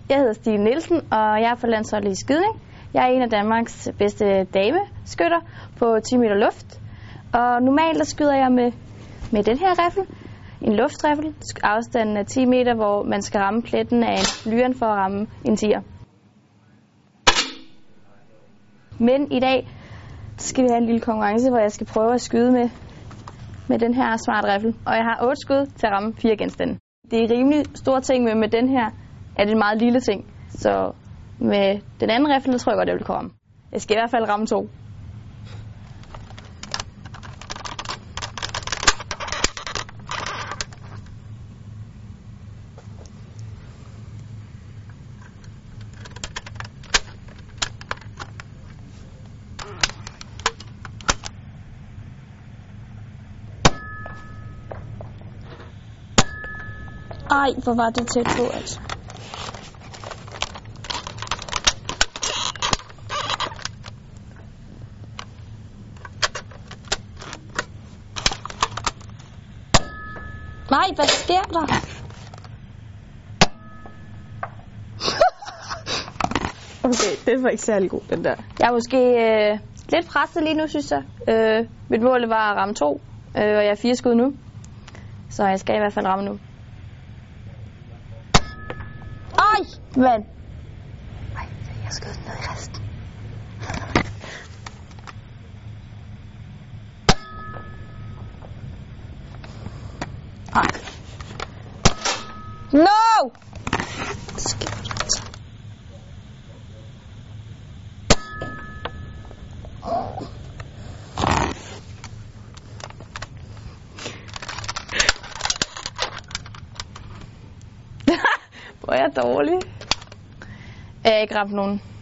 Jeg hedder Stine Nielsen, og jeg er på landsholdet i skydning. Jeg er en af Danmarks bedste dameskytter på 10 meter luft. Og normalt der skyder jeg med den her riffel. En luftriffel. Afstanden er 10 meter, hvor man skal ramme pletten af en blyant for at ramme en tier. Men i dag skal vi have en lille konkurrence, hvor jeg skal prøve at skyde med den her smart riffel. Og jeg har 8 skud til at ramme 4 genstande. Det er rimelig store ting, men med den her er det en meget lille ting. Så med den anden riffel, tror jeg godt, jeg vil kunne ramme. Jeg skal i hvert fald ramme 2. Ej, hvor var det tæt på, altså. Nej, hvad sker der? Okay, det var ikke særlig god, den der. Jeg er måske lidt presset lige nu, synes jeg. Mit mål var at ramme 2, og jeg er 4 skud nu. Så jeg skal i hvert fald ramme nu. Ej, mand! Ej, jeg skød den ned i resten. Ej. No! Hvor er jeg dårlig. Jeg har ikke ramt nogen.